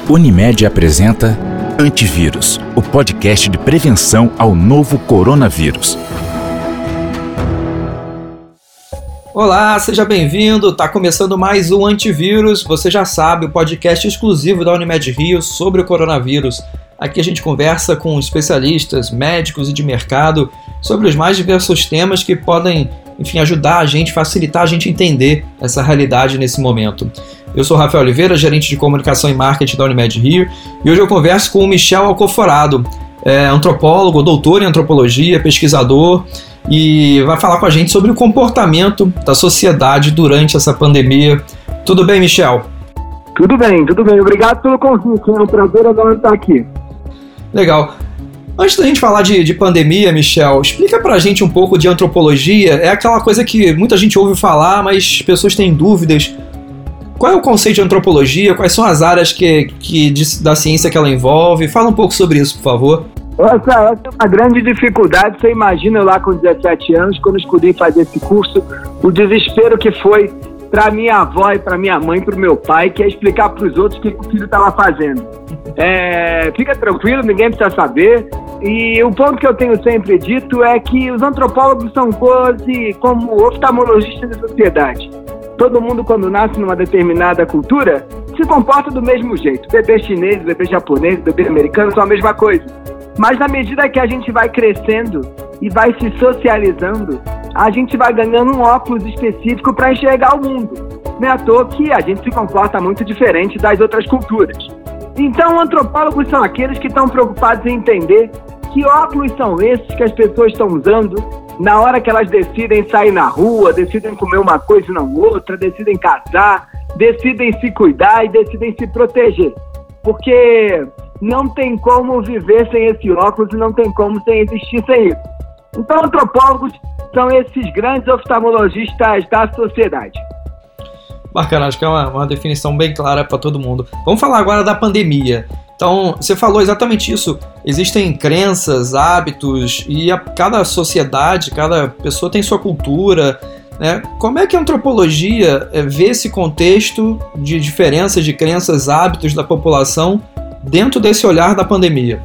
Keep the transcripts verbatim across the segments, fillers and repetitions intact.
Unimed apresenta Antivírus, o podcast de prevenção ao novo coronavírus. Olá, seja bem-vindo. Tá começando mais um Antivírus. Você já sabe, o podcast exclusivo da Unimed Rio sobre o coronavírus. Aqui a gente conversa com especialistas, médicos e de mercado sobre os mais diversos temas que podem, enfim, ajudar a gente, facilitar a gente entender essa realidade nesse momento. Eu sou Rafael Oliveira, gerente de comunicação e marketing da Unimed Rio, e hoje eu converso com o Michel Alcoforado, é antropólogo, doutor em antropologia, pesquisador, e vai falar com a gente sobre o comportamento da sociedade durante essa pandemia. Tudo bem, Michel? Tudo bem, tudo bem. Obrigado pelo convite. É um prazer agora estar aqui. Legal. Antes da gente falar de, de pandemia, Michel, explica pra gente um pouco de antropologia. É aquela coisa que muita gente ouve falar, mas as pessoas têm dúvidas. Qual é o conceito de antropologia? Quais são as áreas que, que, de, da ciência que ela envolve? Fala um pouco sobre isso, por favor. Essa, essa é uma grande dificuldade. Você imagina eu lá com dezessete anos, quando eu escolhi fazer esse curso, o desespero que foi para minha avó e para minha mãe, para o meu pai, que é explicar para os outros o que o filho estava fazendo. É, fica tranquilo, ninguém precisa saber. E o ponto que eu tenho sempre dito é que os antropólogos são quase como oftalmologistas da sociedade. Todo mundo, quando nasce numa determinada cultura, se comporta do mesmo jeito. Bebê chinês, bebê japonês, bebê americano são a mesma coisa. Mas na medida que a gente vai crescendo e vai se socializando, a gente vai ganhando um óculos específico para enxergar o mundo. Não é à toa que a gente se comporta muito diferente das outras culturas. Então, antropólogos são aqueles que estão preocupados em entender que óculos são esses que as pessoas estão usando na hora que elas decidem sair na rua, decidem comer uma coisa e não outra, decidem casar, decidem se cuidar e decidem se proteger. Porque não tem como viver sem esse óculos e não tem como sem existir sem isso. Então, antropólogos são esses grandes oftalmologistas da sociedade. Bacana, acho que é uma, uma definição bem clara para todo mundo. Vamos falar agora da pandemia. Então, você falou exatamente isso. Existem crenças, hábitos, e a, cada sociedade, cada pessoa tem sua cultura, né? Como é que a antropologia é, vê esse contexto de diferenças de crenças, hábitos da população dentro desse olhar da pandemia?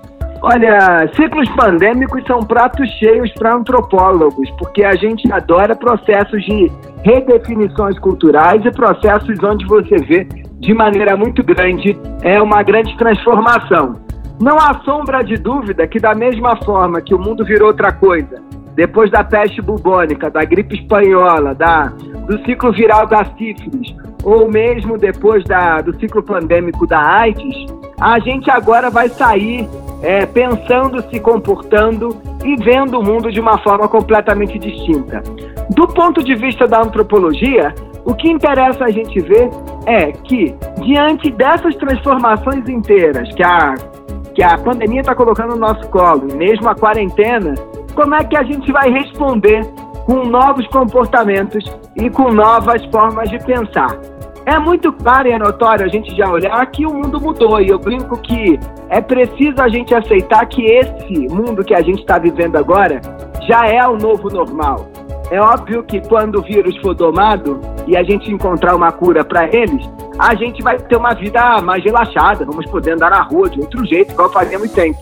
Olha, ciclos pandêmicos são pratos cheios para antropólogos, porque a gente adora processos de redefinições culturais e processos onde você vê de maneira muito grande é uma grande transformação. Não há sombra de dúvida que da mesma forma que o mundo virou outra coisa, depois da peste bubônica, da gripe espanhola, da, do ciclo viral da sífilis, ou mesmo depois da, do ciclo pandêmico da AIDS, a gente agora vai sair é, pensando, se comportando e vendo o mundo de uma forma completamente distinta. Do ponto de vista da antropologia, o que interessa a gente ver é que, diante dessas transformações inteiras que a, que a pandemia está colocando no nosso colo, e mesmo a quarentena, como é que a gente vai responder com novos comportamentos e com novas formas de pensar? É muito claro e é notório a gente já olhar que o mundo mudou, e eu brinco que é preciso a gente aceitar que esse mundo que a gente está vivendo agora já é o novo normal. É óbvio que quando o vírus for domado e a gente encontrar uma cura para eles, a gente vai ter uma vida mais relaxada, vamos poder andar na rua de outro jeito, igual fazíamos sempre.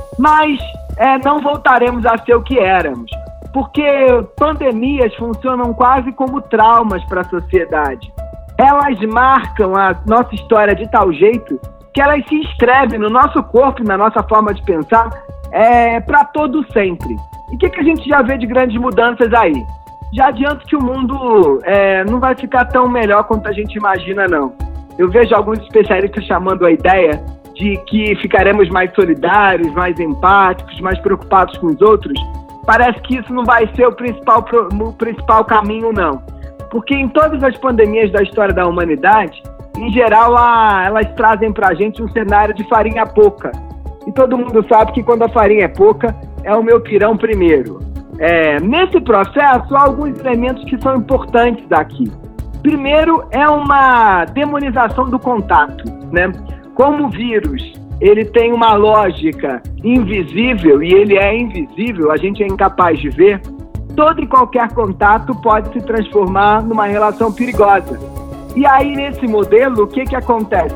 Mas é, não voltaremos a ser o que éramos, porque pandemias funcionam quase como traumas para a sociedade. Elas marcam a nossa história de tal jeito que elas se inscrevem no nosso corpo e na nossa forma de pensar é, para todo sempre. E o que, que a gente já vê de grandes mudanças aí? Já adianto que o mundo é, não vai ficar tão melhor quanto a gente imagina, não. Eu vejo alguns especialistas chamando a ideia de que ficaremos mais solidários, mais empáticos, mais preocupados com os outros. Parece que isso não vai ser o principal, o principal caminho, não. Porque em todas as pandemias da história da humanidade, em geral, a, elas trazem pra gente um cenário de farinha pouca. E todo mundo sabe que quando a farinha é pouca, é o meu pirão primeiro. É, nesse processo, há alguns elementos que são importantes aqui. Primeiro, é uma demonização do contato, né? Como o vírus, ele tem uma lógica invisível, e ele é invisível, a gente é incapaz de ver, todo e qualquer contato pode se transformar numa relação perigosa. E aí, nesse modelo, o que que acontece?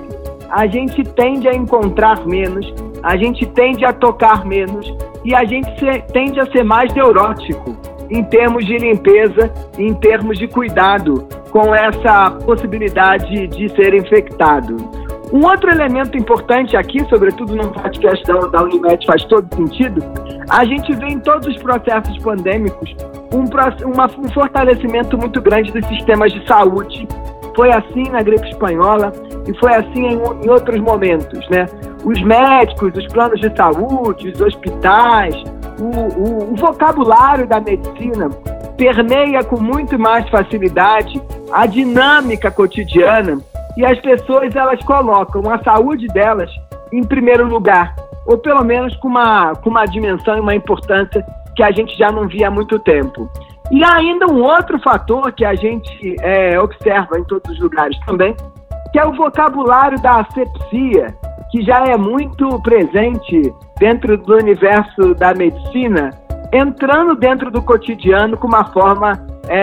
a gente tende a encontrar menos, a gente tende a tocar menos e a gente se, tende a ser mais neurótico em termos de limpeza, em termos de cuidado com essa possibilidade de ser infectado. Um outro elemento importante aqui, sobretudo no podcast da, da Unimed, faz todo sentido, a gente vê em todos os processos pandêmicos um, uma, um fortalecimento muito grande dos sistemas de saúde. Foi assim na gripe espanhola e foi assim em, em outros momentos, né? Os médicos, os planos de saúde, os hospitais, o, o, o vocabulário da medicina permeia com muito mais facilidade a dinâmica cotidiana e as pessoas, elas colocam a saúde delas em primeiro lugar, ou pelo menos com uma, com uma dimensão e uma importância que a gente já não via há muito tempo. E ainda um outro fator que a gente é, observa em todos os lugares também, que é o vocabulário da asepsia, que já é muito presente dentro do universo da medicina, entrando dentro do cotidiano com uma forma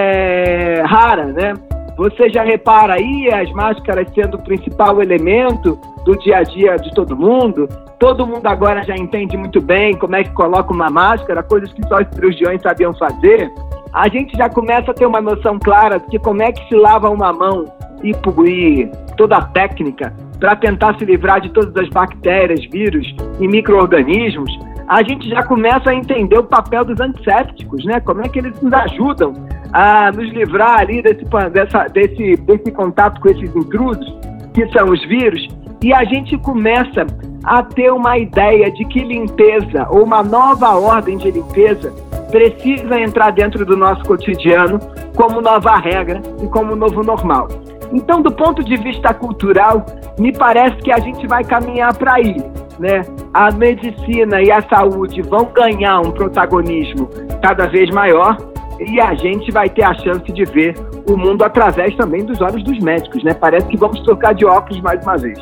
é, rara, né? Você já repara aí as máscaras sendo o principal elemento do dia a dia de todo mundo. Todo mundo agora já entende muito bem como é que coloca uma máscara, coisas que só os cirurgiões sabiam fazer. A gente já começa a ter uma noção clara de como é que se lava uma mão e, e toda a técnica para tentar se livrar de todas as bactérias, vírus e micro-organismos. A gente já começa a entender o papel dos antissépticos, né? Como é que eles nos ajudam a nos livrar ali desse, dessa, desse, desse contato com esses intrusos, que são os vírus, e a gente começa a ter uma ideia de que limpeza, ou uma nova ordem de limpeza, precisa entrar dentro do nosso cotidiano como nova regra e como novo normal. Então, do ponto de vista cultural, me parece que a gente vai caminhar para aí, né? A medicina e a saúde vão ganhar um protagonismo cada vez maior e a gente vai ter a chance de ver o mundo através também dos olhos dos médicos, né? Parece que vamos trocar de óculos mais uma vez.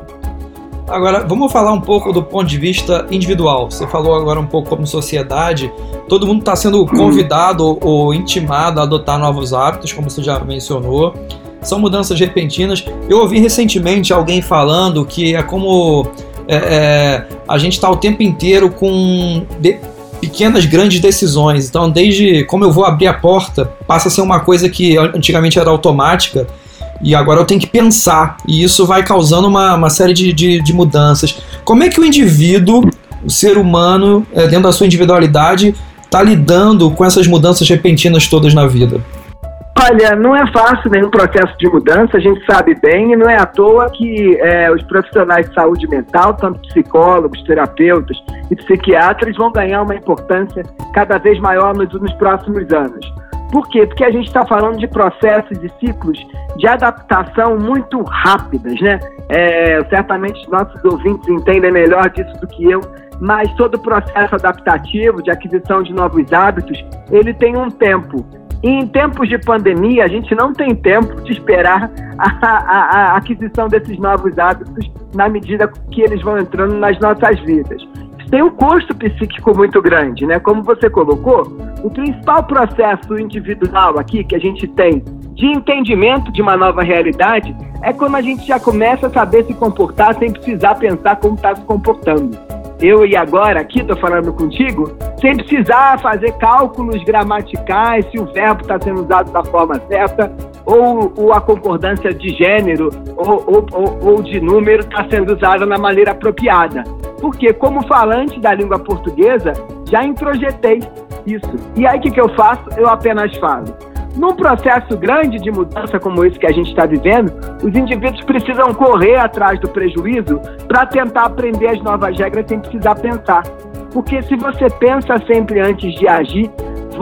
Agora, vamos falar um pouco do ponto de vista individual. Você falou agora um pouco como sociedade. Todo mundo está sendo convidado ou intimado a adotar novos hábitos, como você já mencionou. São mudanças repentinas. Eu ouvi recentemente alguém falando que é como é, é, a gente está o tempo inteiro com de, pequenas, grandes decisões. Então, desde como eu vou abrir a porta, passa a ser uma coisa que antigamente era automática, e agora eu tenho que pensar, e isso vai causando uma, uma série de, de, de mudanças. Como é que o indivíduo, o ser humano, é, dentro da sua individualidade, está lidando com essas mudanças repentinas todas na vida? Olha, não é fácil nenhum processo de mudança, a gente sabe bem, e não é à toa que é, os profissionais de saúde mental, tanto psicólogos, terapeutas e psiquiatras, vão ganhar uma importância cada vez maior nos, nos próximos anos. Por quê? Porque a gente está falando de processos e ciclos de adaptação muito rápidas, né? É, certamente nossos ouvintes entendem melhor disso do que eu, mas todo o processo adaptativo de aquisição de novos hábitos, ele tem um tempo. E em tempos de pandemia, a gente não tem tempo de esperar a, a, a aquisição desses novos hábitos na medida que eles vão entrando nas nossas vidas. Tem um custo psíquico muito grande, né? Como você colocou, o principal processo individual aqui que a gente tem de entendimento de uma nova realidade é quando a gente já começa a saber se comportar sem precisar pensar como está se comportando. Eu e agora aqui estou falando contigo sem precisar fazer cálculos gramaticais se o verbo está sendo usado da forma certa ou, ou a concordância de gênero ou, ou, ou, ou de número está sendo usada na maneira apropriada. Porque, como falante da língua portuguesa, já introjetei isso. E aí, o que, que eu faço? Eu apenas falo. Num processo grande de mudança como esse que a gente está vivendo, os indivíduos precisam correr atrás do prejuízo para tentar aprender as novas regras sem precisar pensar. Porque se você pensa sempre antes de agir,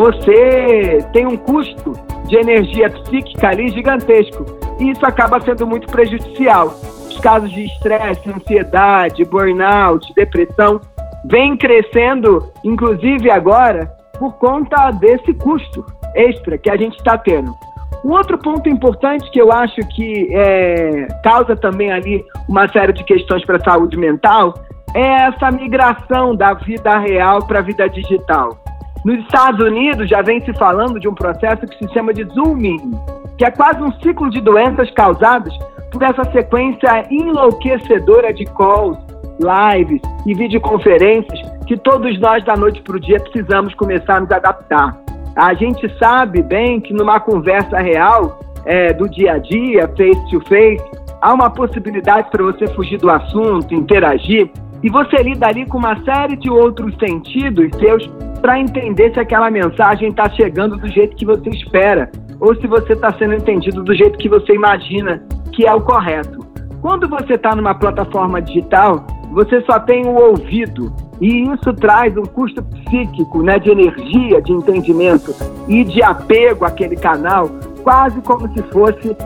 você tem um custo de energia psíquica ali gigantesco. E isso acaba sendo muito prejudicial. Os casos de estresse, ansiedade, burnout, depressão, vêm crescendo, inclusive agora, por conta desse custo extra que a gente está tendo. Um outro ponto importante que eu acho que é, causa também ali uma série de questões para a saúde mental é essa migração da vida real para a vida digital. Nos Estados Unidos já vem se falando de um processo que se chama de zooming, que é quase um ciclo de doenças causadas por essa sequência enlouquecedora de calls, lives e videoconferências que todos nós da noite para o dia precisamos começar a nos adaptar. A gente sabe bem que numa conversa real é, do dia a dia, face to face, há uma possibilidade para você fugir do assunto, interagir, e você lida ali com uma série de outros sentidos seus para entender se aquela mensagem está chegando do jeito que você espera ou se você está sendo entendido do jeito que você imagina que é o correto. Quando você está numa plataforma digital, você só tem o ouvido, e isso traz um custo psíquico, né, de energia, de entendimento e de apego àquele canal, quase como se fosse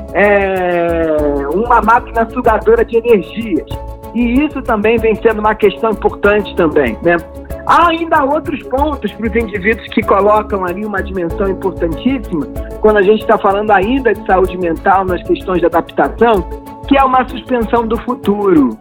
é, uma máquina sugadora de energias. E isso também vem sendo uma questão importante também, né? Há ainda outros pontos para os indivíduos que colocam ali uma dimensão importantíssima, quando a gente está falando ainda de saúde mental nas questões de adaptação, que é uma suspensão do futuro.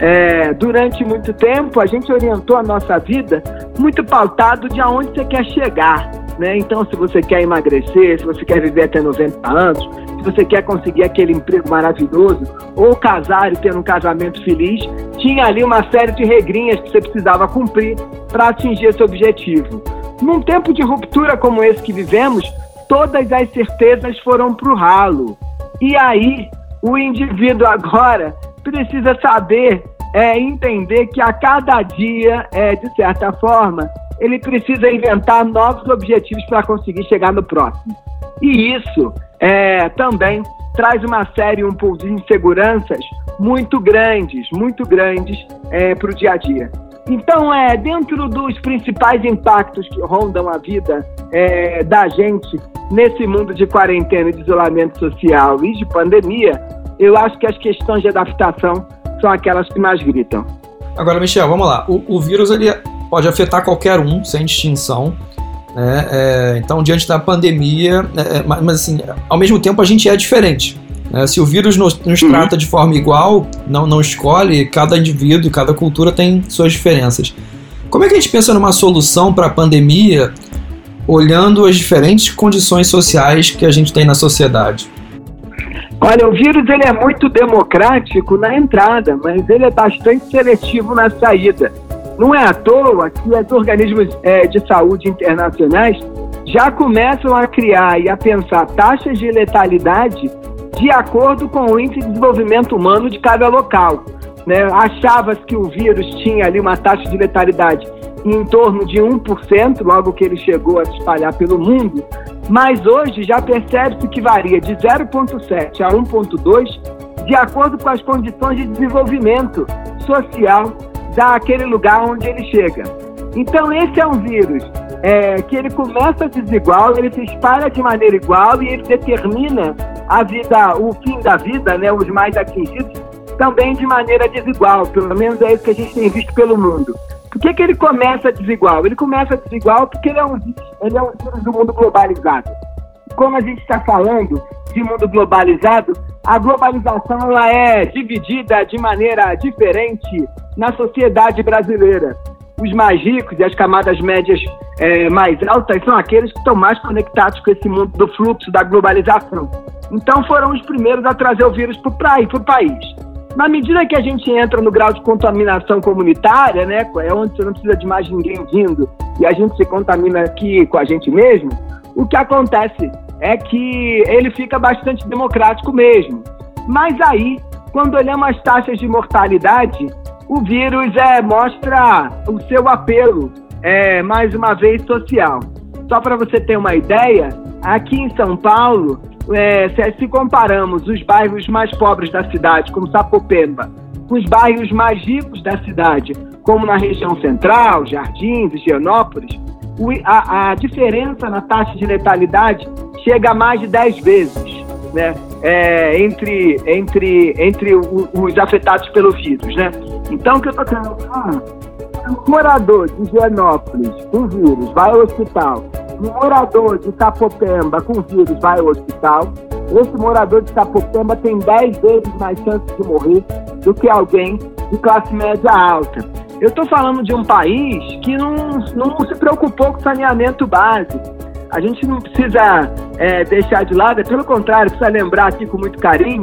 É, durante muito tempo, a gente orientou a nossa vida muito pautado de aonde você quer chegar, né? Então, se você quer emagrecer, se você quer viver até noventa anos, se você quer conseguir aquele emprego maravilhoso, ou casar e ter um casamento feliz, tinha ali uma série de regrinhas que você precisava cumprir para atingir esse objetivo. Num tempo de ruptura como esse que vivemos, todas as certezas foram para o ralo. E aí, o indivíduo agora precisa saber, é, entender que a cada dia, é, de certa forma, ele precisa inventar novos objetivos para conseguir chegar no próximo. E isso é, também traz uma série um pouco de inseguranças muito grandes, muito grandes é, para o dia a dia. Então, é, dentro dos principais impactos que rondam a vida é, da gente nesse mundo de quarentena, de isolamento social e de pandemia, eu acho que as questões de adaptação são aquelas que mais gritam. Agora, Michel, vamos lá. O, o vírus ele pode afetar qualquer um, sem distinção. Né? É, então, diante da pandemia, é, mas, mas assim, ao mesmo tempo a gente é diferente. Né? Se o vírus nos, nos uhum. trata de forma igual, não, não escolhe, cada indivíduo, cada cultura tem suas diferenças. Como é que a gente pensa numa solução para a pandemia, olhando as diferentes condições sociais que a gente tem na sociedade? Olha, o vírus ele é muito democrático na entrada, mas ele é bastante seletivo na saída. Não é à toa que os organismos é, de saúde internacionais já começam a criar e a pensar taxas de letalidade de acordo com o índice de desenvolvimento humano de cada local. Né? Achava-se que o vírus tinha ali uma taxa de letalidade em torno de um por cento, logo que ele chegou a se espalhar pelo mundo, mas hoje já percebe-se que varia de zero vírgula sete a um vírgula dois de acordo com as condições de desenvolvimento social daquele lugar onde ele chega. Então esse é um vírus é, que ele começa desigual, ele se espalha de maneira igual e ele determina a vida, o fim da vida, né, os mais atingidos, também de maneira desigual, pelo menos é isso que a gente tem visto pelo mundo. Por que que ele começa desigual? Ele começa desigual porque ele é um, ele é um vírus do mundo globalizado. Como a gente está falando de mundo globalizado, a globalização ela é dividida de maneira diferente na sociedade brasileira. Os mais ricos e as camadas médias é, mais altas são aqueles que estão mais conectados com esse mundo do fluxo da globalização. Então foram os primeiros a trazer o vírus para o país. Na medida que a gente entra no grau de contaminação comunitária, né, é onde você não precisa de mais ninguém vindo e a gente se contamina aqui com a gente mesmo, o que acontece é que ele fica bastante democrático mesmo. Mas aí, quando olhamos as taxas de mortalidade, o vírus é, mostra o seu apelo, é, mais uma vez, social. Só para você ter uma ideia, aqui em São Paulo, É, se, se comparamos os bairros mais pobres da cidade, como Sapopemba, com os bairros mais ricos da cidade, como na região central, Jardins, Higienópolis, o, a, a diferença na taxa de letalidade chega a mais de dez vezes, né? É, entre, entre, entre o, os afetados pelo vírus. Né? Então, o que eu estou querendo falar? Um morador de Higienópolis com vírus vai ao hospital, um morador de Sapopemba com vírus vai ao hospital, esse morador de Sapopemba tem dez vezes mais chance de morrer do que alguém de classe média alta. Eu estou falando de um país que não, não se preocupou com saneamento básico. A gente não precisa é, deixar de lado, pelo contrário, precisa lembrar aqui com muito carinho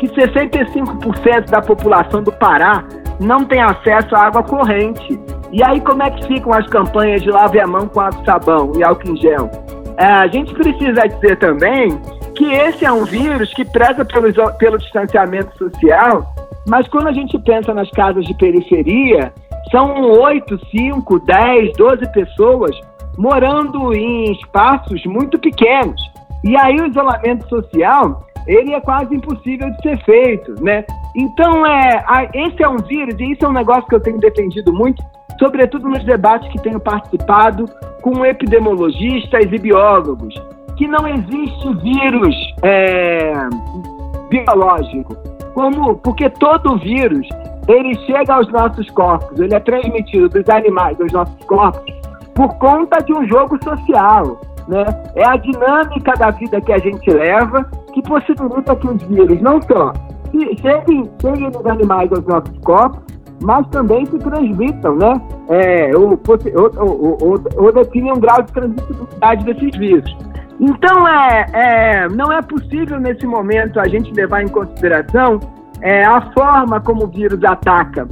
que sessenta e cinco por cento da população do Pará não tem acesso à água corrente. E aí como é que ficam as campanhas de lave a mão com água e sabão e álcool em gel? É, a gente precisa dizer também que esse é um vírus que preza pelo, pelo distanciamento social, mas quando a gente pensa nas casas de periferia, são oito, cinco, dez, doze pessoas morando em espaços muito pequenos. E aí o isolamento social, ele é quase impossível de ser feito, né? Então, é, a, esse é um vírus, e isso é um negócio que eu tenho defendido muito, sobretudo nos debates que tenho participado com epidemiologistas e biólogos, que não existe vírus é, biológico, como, porque todo vírus, ele chega aos nossos corpos, ele é transmitido dos animais aos nossos corpos por conta de um jogo social, né? É a dinâmica da vida que a gente leva que possibilita que os vírus não só cheguem, cheguem dos animais aos nossos corpos, mas também se transmitam, né? É, ou, ou, ou, ou, ou definem um grau de transmissibilidade desses vírus. Então, é, é, não é possível nesse momento a gente levar em consideração é, a forma como o vírus ataca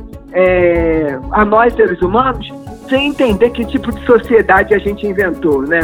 é, a nós, seres humanos, sem entender que tipo de sociedade a gente inventou, né?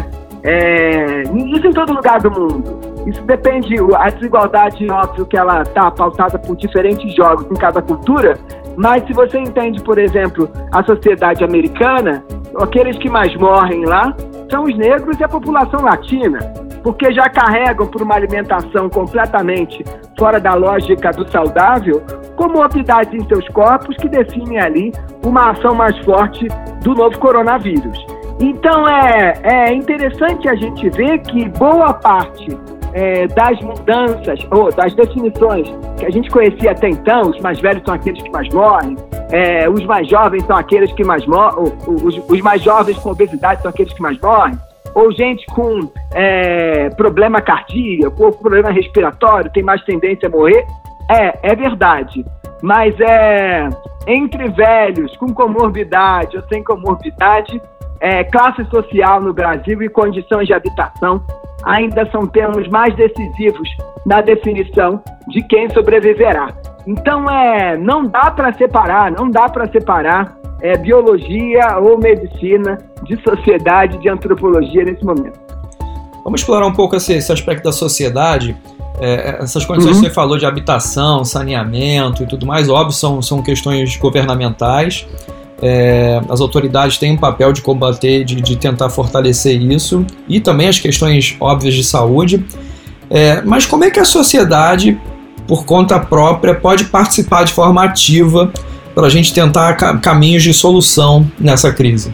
É, isso em todo lugar do mundo. Isso depende, a desigualdade, óbvio que ela está pautada por diferentes jogos em cada cultura, mas se você entende, por exemplo, a sociedade americana, aqueles que mais morrem lá são os negros e a população latina, porque já carregam por uma alimentação completamente fora da lógica do saudável, comorbidades em seus corpos que definem ali uma ação mais forte do novo coronavírus. Então é, é interessante a gente ver que boa parte é, das mudanças, ou das definições que a gente conhecia até então, os mais velhos são aqueles que mais morrem, é, os mais jovens são aqueles que mais morrem, os, os mais jovens com obesidade são aqueles que mais morrem, ou gente com é, problema cardíaco, ou problema respiratório, tem mais tendência a morrer, é, é verdade. Mas é, entre velhos com comorbidade ou sem comorbidade, é, classe social no Brasil e condições de habitação ainda são termos mais decisivos na definição de quem sobreviverá. Então, é, não dá para separar, não dá para separar é, biologia ou medicina de sociedade, de antropologia nesse momento. Vamos explorar um pouco esse, esse aspecto da sociedade. É, essas condições uhum. que você falou de habitação, saneamento e tudo mais, óbvio, são, são questões governamentais. É, as autoridades têm um papel de combater, de, de tentar fortalecer isso, e também as questões óbvias de saúde. É, mas como é que a sociedade, por conta própria, pode participar de forma ativa para a gente tentar ca- caminhos de solução nessa crise?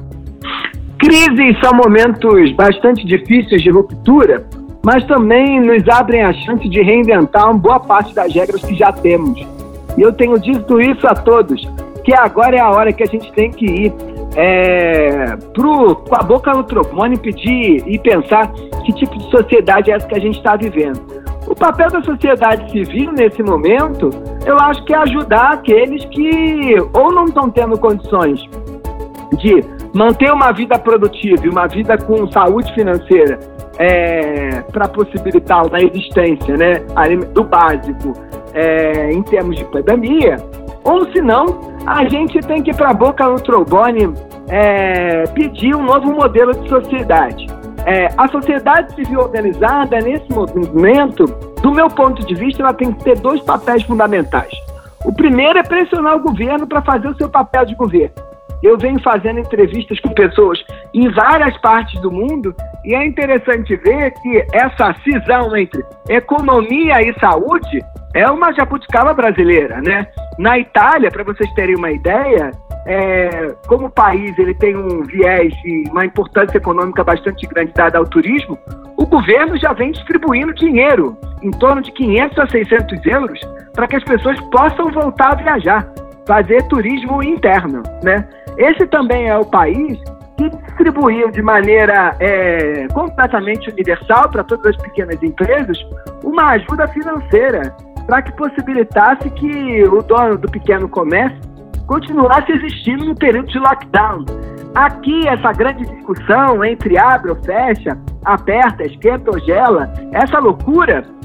Crises são momentos bastante difíceis de ruptura, mas também nos abrem a chance de reinventar uma boa parte das regras que já temos. E eu tenho dito isso a todos, que agora é a hora que a gente tem que ir é, pro, com a boca no trombone, pedir e pensar que tipo de sociedade é essa que a gente está vivendo. O papel da sociedade civil nesse momento, eu acho que é ajudar aqueles que ou não estão tendo condições de manter uma vida produtiva e uma vida com saúde financeira é, para possibilitar a existência, né, do básico é, em termos de pandemia, ou se não, a gente tem que ir para a boca no trombone é, pedir um novo modelo de sociedade. É, a sociedade civil organizada, nesse momento, do meu ponto de vista, ela tem que ter dois papéis fundamentais. O primeiro é pressionar o governo para fazer o seu papel de governo. Eu venho fazendo entrevistas com pessoas em várias partes do mundo e é interessante ver que essa cisão entre economia e saúde é uma jabuticaba brasileira, né? Na Itália, para vocês terem uma ideia, é, como o país ele tem um viés e uma importância econômica bastante grande dada ao turismo, o governo já vem distribuindo dinheiro, em torno de quinhentos a seiscentos euros, para que as pessoas possam voltar a viajar, fazer turismo interno, né? Esse também é o país que distribuiu de maneira é, completamente universal para todas as pequenas empresas uma ajuda financeira para que possibilitasse que o dono do pequeno comércio continuasse existindo no período de lockdown. Aqui, essa grande discussão entre abre ou fecha, aperta, esquenta ou gela, essa loucura,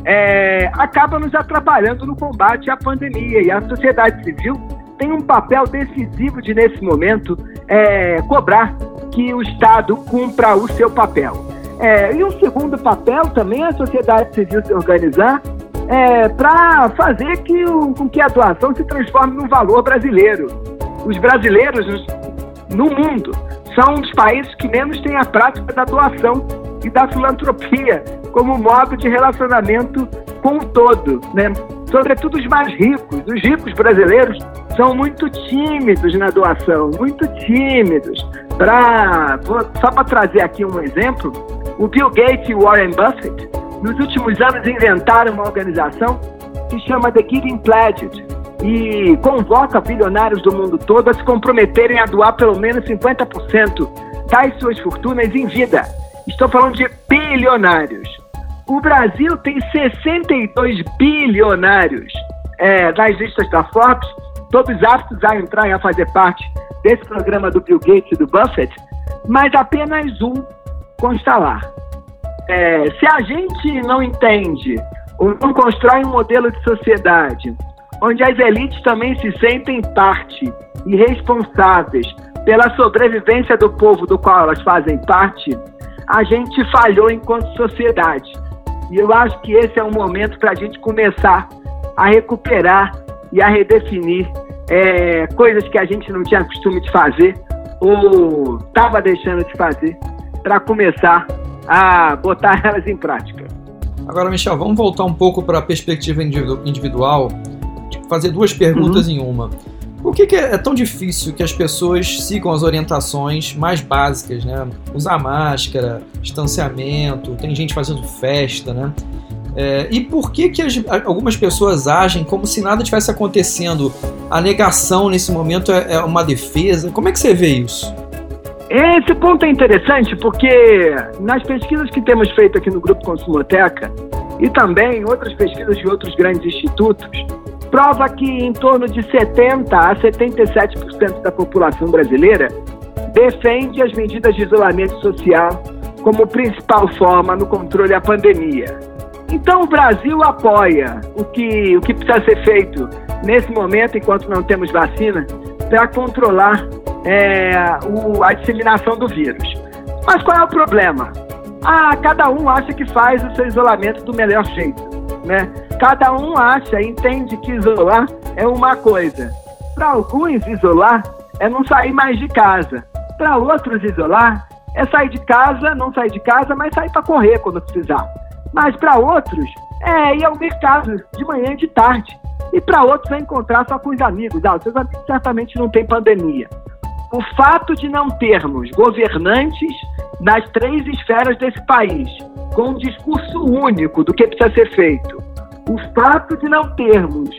é, acaba nos atrapalhando no combate à pandemia. E a sociedade civil tem um papel decisivo de, nesse momento, é, cobrar que o Estado cumpra o seu papel. É, e um segundo papel também é a sociedade civil se organizar é, para fazer que o, com que a doação se transforme num valor brasileiro. Os brasileiros no mundo são um dos países que menos têm a prática da doação e da filantropia como modo de relacionamento com o todo, né? Sobretudo os mais ricos. Os ricos brasileiros são muito tímidos na doação, muito tímidos. Pra, só para trazer aqui um exemplo, o Bill Gates e o Warren Buffett, nos últimos anos, inventaram uma organização que se chama The Giving Pledge e convoca bilionários do mundo todo a se comprometerem a doar pelo menos cinquenta por cento das suas fortunas em vida. Estou falando de bilionários. O Brasil tem sessenta e dois bilionários é, nas listas da Forbes, todos aptos a entrar e a fazer parte desse programa do Bill Gates e do Buffett, mas apenas um consta lá. É, se a gente não entende ou não constrói um modelo de sociedade onde as elites também se sentem parte e responsáveis pela sobrevivência do povo do qual elas fazem parte, a gente falhou enquanto sociedade. E eu acho que esse é um momento para a gente começar a recuperar e a redefinir é, coisas que a gente não tinha costume de fazer ou estava deixando de fazer, para começar a botar elas em prática. Agora, Michel, vamos voltar um pouco para a perspectiva individu- individual, fazer duas perguntas uhum. em uma. Por que, que é tão difícil que as pessoas sigam as orientações mais básicas, né? Usar máscara, distanciamento, tem gente fazendo festa, né? É, e por que, que as, algumas pessoas agem como se nada tivesse acontecendo? A negação nesse momento é, é uma defesa? Como é que você vê isso? Esse ponto é interessante porque nas pesquisas que temos feito aqui no Grupo Consumoteca e também outras pesquisas de outros grandes institutos, prova que em torno de setenta a setenta e sete por cento da população brasileira defende as medidas de isolamento social como principal forma no controle da pandemia. Então o Brasil apoia o que, o que precisa ser feito nesse momento, enquanto não temos vacina, para controlar é, o, a disseminação do vírus. Mas qual é o problema? Ah, cada um acha que faz o seu isolamento do melhor jeito, né? Cada um acha, entende que isolar é uma coisa. Para alguns, isolar é não sair mais de casa. Para outros, isolar é sair de casa, não sair de casa, mas sair para correr quando precisar. Mas para outros, é ir ao mercado de manhã e de tarde. E para outros, é encontrar só com os amigos. Ah, os seus amigos certamente não têm pandemia. O fato de não termos governantes nas três esferas desse país, com um discurso único do que precisa ser feito, o fato de não termos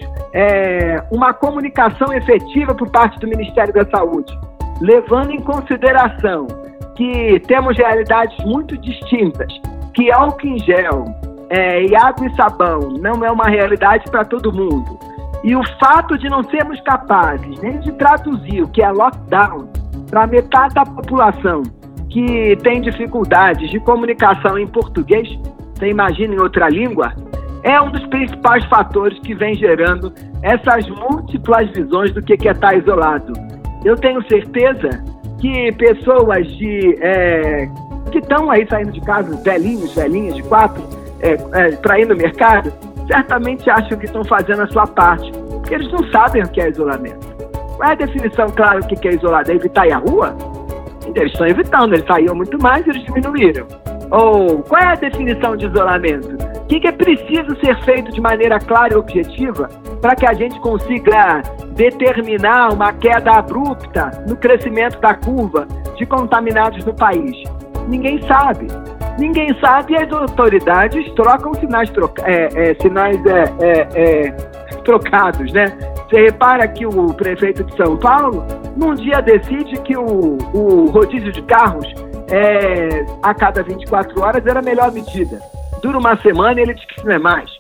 é, uma comunicação efetiva por parte do Ministério da Saúde, levando em consideração que temos realidades muito distintas, que álcool em gel é, e água e sabão não é uma realidade para todo mundo, e o fato de não sermos capazes nem de traduzir o que é lockdown para metade da população que tem dificuldades de comunicação em português, você imagina em outra língua, é um dos principais fatores que vem gerando essas múltiplas visões do que é estar isolado. Eu tenho certeza que pessoas de, é, que estão aí saindo de casa, velhinhos, velhinhas de quatro, é, é, para ir no mercado, certamente acham que estão fazendo a sua parte, porque eles não sabem o que é isolamento. Qual é a definição clara do que é isolado? É evitar ir à rua? Eles estão evitando, eles saíam muito mais e eles diminuíram. Ou qual é a definição de isolamento? O que é preciso ser feito de maneira clara e objetiva para que a gente consiga determinar uma queda abrupta no crescimento da curva de contaminados no país? Ninguém sabe. Ninguém sabe e as autoridades trocam sinais, troca, é, é, sinais é, é, é, trocados, né? Você repara que o prefeito de São Paulo, num dia decide que o, o rodízio de carros é, a cada vinte e quatro horas era a melhor medida. Dura uma semana e ele diz que não é mais.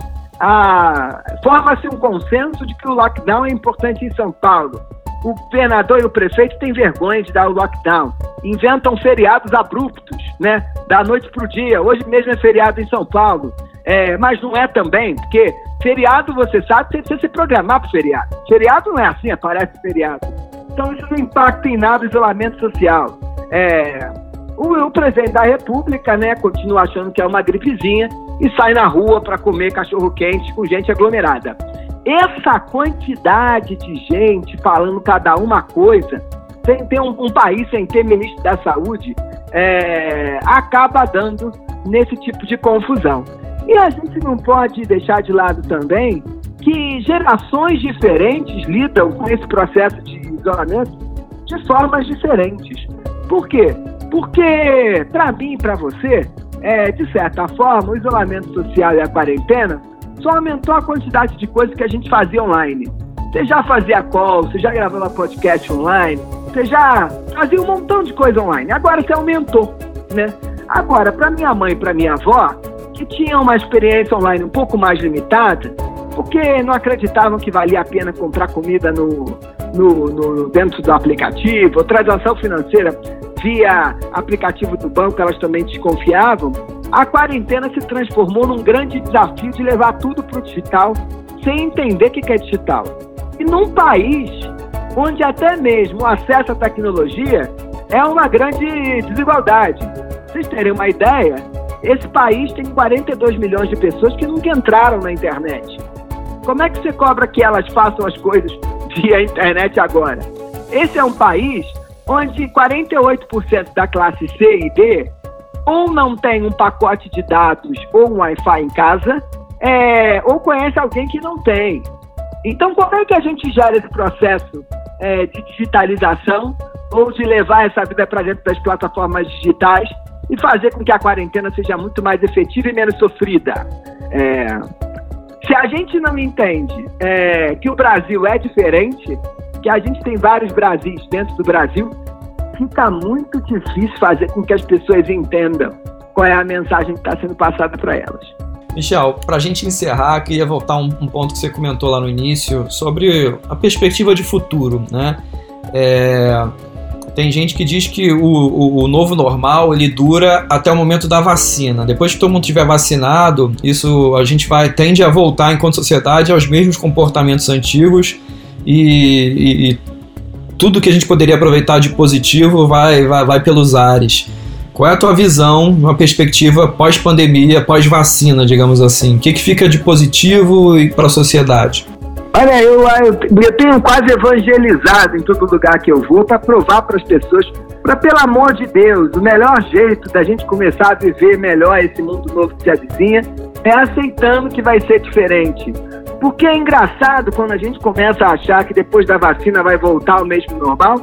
Ah, forma-se um consenso de que o lockdown é importante em São Paulo. O governador e o prefeito têm vergonha de dar o lockdown. Inventam feriados abruptos, né? Da noite para o dia. Hoje mesmo é feriado em São Paulo. É, mas não é também, porque feriado, você sabe, você precisa se programar para feriado. Feriado não é assim, aparece feriado. Então isso não impacta em nada o isolamento social. É, o, o presidente da República, né, continua achando que é uma gripezinha e sai na rua para comer cachorro-quente com gente aglomerada. Essa quantidade de gente falando cada uma coisa, sem ter um, um país sem ter ministro da saúde, é, acaba dando nesse tipo de confusão. E a gente não pode deixar de lado também que gerações diferentes lidam com esse processo de isolamento de formas diferentes. Por quê? Porque, para mim e para você, é, de certa forma, o isolamento social e a quarentena só aumentou a quantidade de coisas que a gente fazia online. Você já fazia call, você já gravava podcast online, você já fazia um montão de coisa online. Agora você aumentou, né? Agora, para minha mãe e para minha avó, que tinham uma experiência online um pouco mais limitada, porque não acreditavam que valia a pena comprar comida no, no, no, dentro do aplicativo, ou transação financeira via aplicativo do banco, elas também desconfiavam, a quarentena se transformou num grande desafio de levar tudo para o digital, sem entender o que é digital. E num país onde até mesmo o acesso à tecnologia é uma grande desigualdade. Pra vocês terem uma ideia, esse país tem quarenta e dois milhões de pessoas que nunca entraram na internet. Como é que você cobra que elas façam as coisas via internet agora? Esse é um país onde quarenta e oito por cento da classe C e D ou não tem um pacote de dados ou um Wi-Fi em casa, é, ou conhece alguém que não tem. Então, como é que a gente gera esse processo é, de digitalização ou de levar essa vida para dentro das plataformas digitais e fazer com que a quarentena seja muito mais efetiva e menos sofrida? É, se a gente não entende é, que o Brasil é diferente, que a gente tem vários Brasis dentro do Brasil, fica muito difícil fazer com que as pessoas entendam qual é a mensagem que está sendo passada para elas. Michel, para a gente encerrar, queria voltar a um, um ponto que você comentou lá no início sobre a perspectiva de futuro, né? É, tem gente que diz que o, o, o novo normal ele dura até o momento da vacina. Depois que todo mundo estiver vacinado, isso a gente vai tende a voltar enquanto sociedade aos mesmos comportamentos antigos e, e tudo que a gente poderia aproveitar de positivo vai, vai, vai pelos ares. Qual é a tua visão, uma perspectiva pós-pandemia, pós-vacina, digamos assim? O que, que fica de positivo para a sociedade? Olha, eu, eu, eu tenho quase evangelizado em todo lugar que eu vou para provar para as pessoas, para, pelo amor de Deus, o melhor jeito da gente começar a viver melhor esse mundo novo que se avizinha é aceitando que vai ser diferente. Porque é engraçado quando a gente começa a achar que depois da vacina vai voltar ao mesmo normal.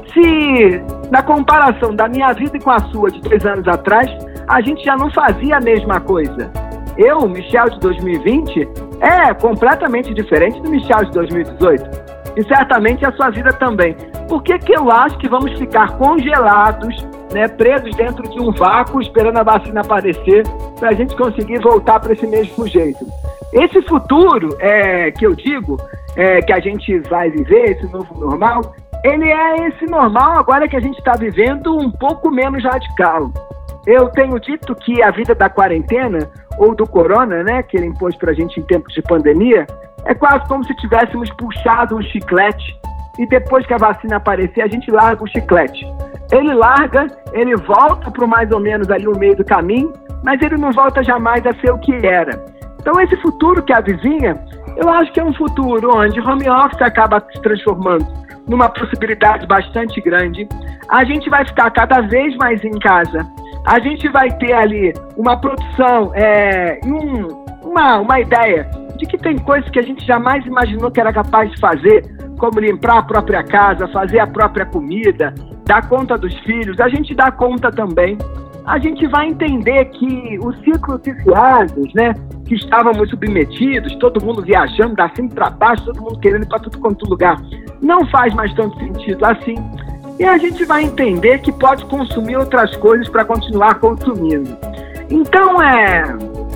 Se, na comparação da minha vida com a sua de três anos atrás, a gente já não fazia a mesma coisa. Eu, Michel de dois mil e vinte, é completamente diferente do Michel de dois mil e dezoito. E certamente a sua vida também. Por que que eu acho que vamos ficar congelados, né, presos dentro de um vácuo, esperando a vacina aparecer, para a gente conseguir voltar para esse mesmo jeito? Esse futuro é, que eu digo, é, que a gente vai viver, esse novo normal, ele é esse normal agora que a gente está vivendo um pouco menos radical. Eu tenho dito que a vida da quarentena, ou do corona, né, que ele impôs pra gente em tempos de pandemia, é quase como se tivéssemos puxado um chiclete e depois que a vacina aparecer, a gente larga o chiclete. Ele larga, ele volta pro mais ou menos ali o meio do caminho, mas ele não volta jamais a ser o que era. Então esse futuro que avizinha, eu acho que é um futuro onde home office acaba se transformando numa possibilidade bastante grande. A gente vai ficar cada vez mais em casa. A gente vai ter ali uma produção é, e um, uma, uma ideia de que tem coisas que a gente jamais imaginou que era capaz de fazer, como limpar a própria casa, fazer a própria comida, dar conta dos filhos. A gente dá conta também. A gente vai entender que os ciclos viciados, né, que estávamos submetidos, todo mundo viajando da cima para baixo, todo mundo querendo ir para tudo quanto lugar, não faz mais tanto sentido assim. E a gente vai entender que pode consumir outras coisas para continuar consumindo. Então, é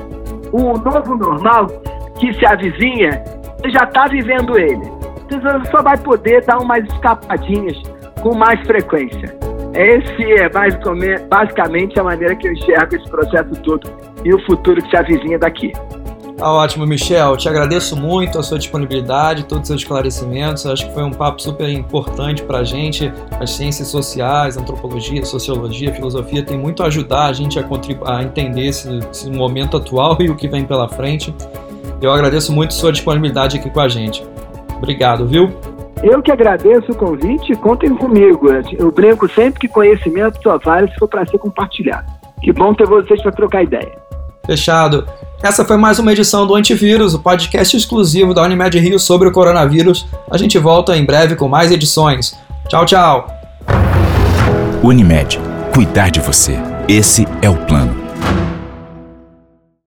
o novo normal que se avizinha, você já está vivendo ele. Você só vai poder dar umas escapadinhas com mais frequência. Esse é basicamente a maneira que eu enxergo esse processo todo e o futuro que se avizinha daqui. Tá ótimo, Michel. Te agradeço muito a sua disponibilidade, todos os seus esclarecimentos. Acho que foi um papo super importante para a gente. As ciências sociais, antropologia, sociologia, filosofia tem muito a ajudar a gente a, contribu- a entender esse, esse momento atual e o que vem pela frente. Eu agradeço muito a sua disponibilidade aqui com a gente. Obrigado, viu? Eu que agradeço o convite e contem comigo. Eu brinco sempre que conhecimento só vale se for para ser compartilhado. Que bom ter vocês para trocar ideia. Fechado. Essa foi mais uma edição do Antivírus, o podcast exclusivo da Unimed Rio sobre o coronavírus. A gente volta em breve com mais edições. Tchau, tchau. Unimed. Cuidar de você. Esse é o plano.